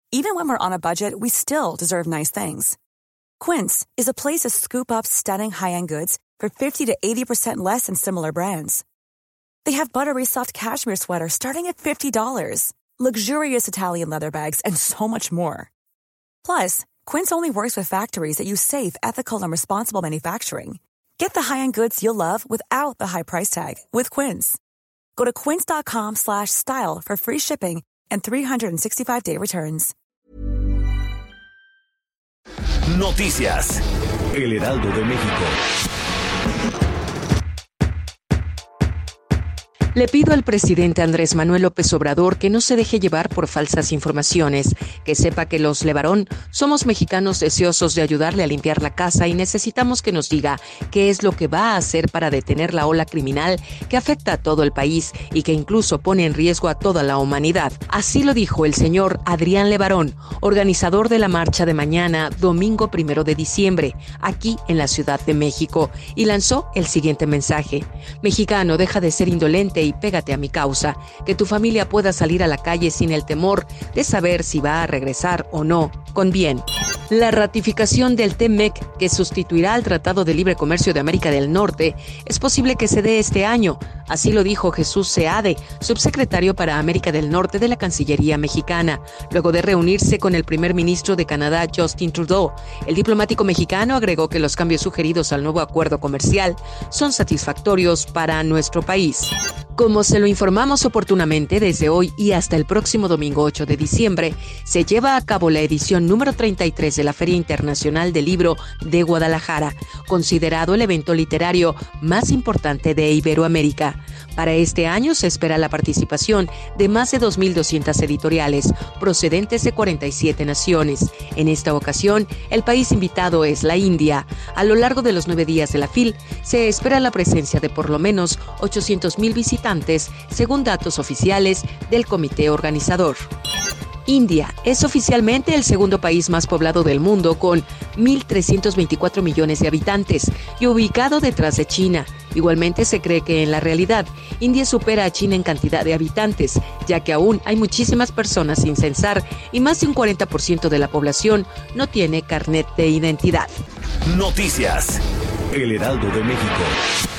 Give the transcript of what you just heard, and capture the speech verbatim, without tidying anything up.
Even when we're on a budget, we still deserve nice things. Quince is a place to scoop up stunning high-end goods for fifty to eighty percent less than similar brands. They have buttery soft cashmere sweaters starting at fifty dollars, luxurious Italian leather bags, and so much more. Plus, Quince only works with factories that use safe, ethical, and responsible manufacturing. Get the high-end goods you'll love without the high price tag with Quince. Go to quince.com slash style for free shipping and three sixty-five day returns. Noticias. El Heraldo de México. Le pido al presidente Andrés Manuel López Obrador que no se deje llevar por falsas informaciones, que sepa que los Levarón somos mexicanos deseosos de ayudarle a limpiar la casa y necesitamos que nos diga qué es lo que va a hacer para detener la ola criminal que afecta a todo el país y que incluso pone en riesgo a toda la humanidad. Así lo dijo el señor Adrián Levarón, organizador de la marcha de mañana, domingo primero de diciembre, aquí en la Ciudad de México, y lanzó el siguiente mensaje: mexicano, deja de ser indolente y pégate a mi causa, que tu familia pueda salir a la calle sin el temor de saber si va a regresar o no con bien. La ratificación del T M E C, que sustituirá al Tratado de Libre Comercio de América del Norte, es posible que se dé este año. Así lo dijo Jesús Seade, subsecretario para América del Norte de la Cancillería mexicana, luego de reunirse con el primer ministro de Canadá, Justin Trudeau. El diplomático mexicano agregó que los cambios sugeridos al nuevo acuerdo comercial son satisfactorios para nuestro país. Como se lo informamos oportunamente, desde hoy y hasta el próximo domingo ocho de diciembre, se lleva a cabo la edición número treinta y tres de la Feria Internacional del Libro de Guadalajara, considerado el evento literario más importante de Iberoamérica. Para este año se espera la participación de más de dos mil doscientas editoriales procedentes de cuarenta y siete naciones. En esta ocasión, el país invitado es la India. A lo largo de los nueve días de la FIL, se espera la presencia de por lo menos ochocientos mil visitantes, según datos oficiales del comité organizador. India es oficialmente el segundo país más poblado del mundo, con mil trescientos veinticuatro millones de habitantes y ubicado detrás de China. Igualmente se cree que en la realidad India supera a China en cantidad de habitantes, ya que aún hay muchísimas personas sin censar y más de un cuarenta por ciento de la población no tiene carnet de identidad. Noticias. El Heraldo de México.